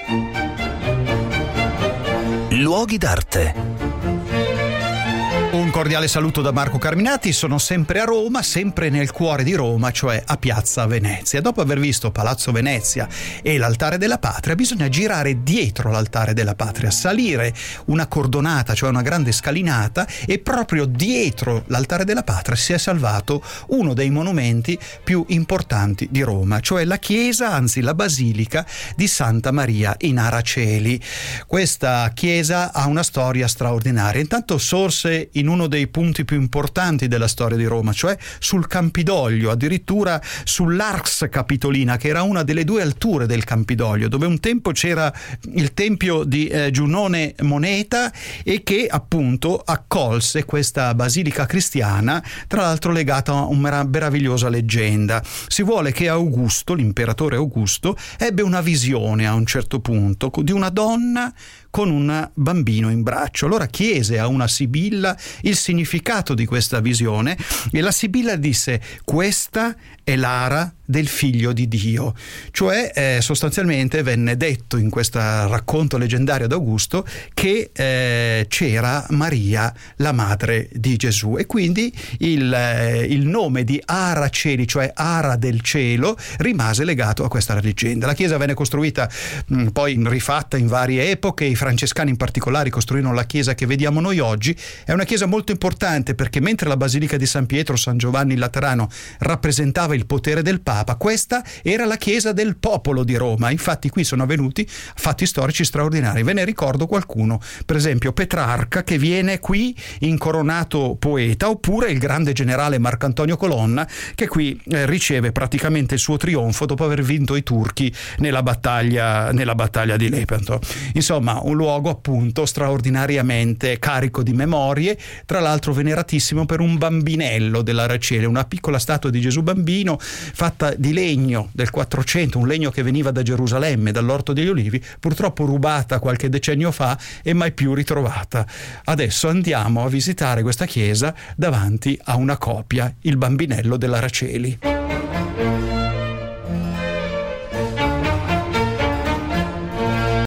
Luoghi d'arte. Un cordiale saluto da Marco Carminati, sono sempre a Roma, sempre nel cuore di Roma, cioè a Piazza Venezia. Dopo aver visto Palazzo Venezia e l'Altare della Patria, bisogna girare dietro l'Altare della Patria, salire una cordonata, cioè una grande scalinata, e proprio dietro l'Altare della Patria si è salvato uno dei monumenti più importanti di Roma, cioè la chiesa, anzi la basilica di Santa Maria in Araceli. Questa chiesa ha una storia straordinaria. Intanto sorse in uno dei punti più importanti della storia di Roma, cioè sul Campidoglio, addirittura sull'Arx Capitolina, che era una delle due alture del Campidoglio, dove un tempo c'era il tempio di Giunone Moneta e che appunto accolse questa basilica cristiana, tra l'altro legata a una meravigliosa leggenda. Si vuole che Augusto, l'imperatore Augusto, ebbe una visione a un certo punto di una donna con un bambino in braccio. Allora chiese a una sibilla il significato di questa visione e la sibilla disse: questa è l'ara del figlio di Dio. Cioè sostanzialmente venne detto in questo racconto leggendario d'Augusto che c'era Maria, la madre di Gesù, e quindi il nome di Araceli, cioè Ara del cielo, rimase legato a questa leggenda. La chiesa venne costruita poi rifatta in varie epoche. I francescani in particolare costruirono la chiesa che vediamo noi oggi. È una chiesa molto importante perché mentre la basilica di San Pietro, San Giovanni il Laterano rappresentava il potere del Papa, questa era la chiesa del popolo di Roma. Infatti qui sono avvenuti fatti storici straordinari. Ve ne ricordo qualcuno, per esempio Petrarca, che viene qui incoronato poeta, oppure il grande generale Marcantonio Colonna, che qui riceve praticamente il suo trionfo dopo aver vinto i turchi nella battaglia di Lepanto. Insomma, un luogo appunto straordinariamente carico di memorie, tra l'altro veneratissimo per un bambinello dell'Araceli, una piccola statua di Gesù bambino fatta di legno del 400, un legno che veniva da Gerusalemme, dall'Orto degli Olivi, purtroppo rubata qualche decennio fa e mai più ritrovata. Adesso andiamo a visitare questa chiesa davanti a una copia, il bambinello dell'Araceli.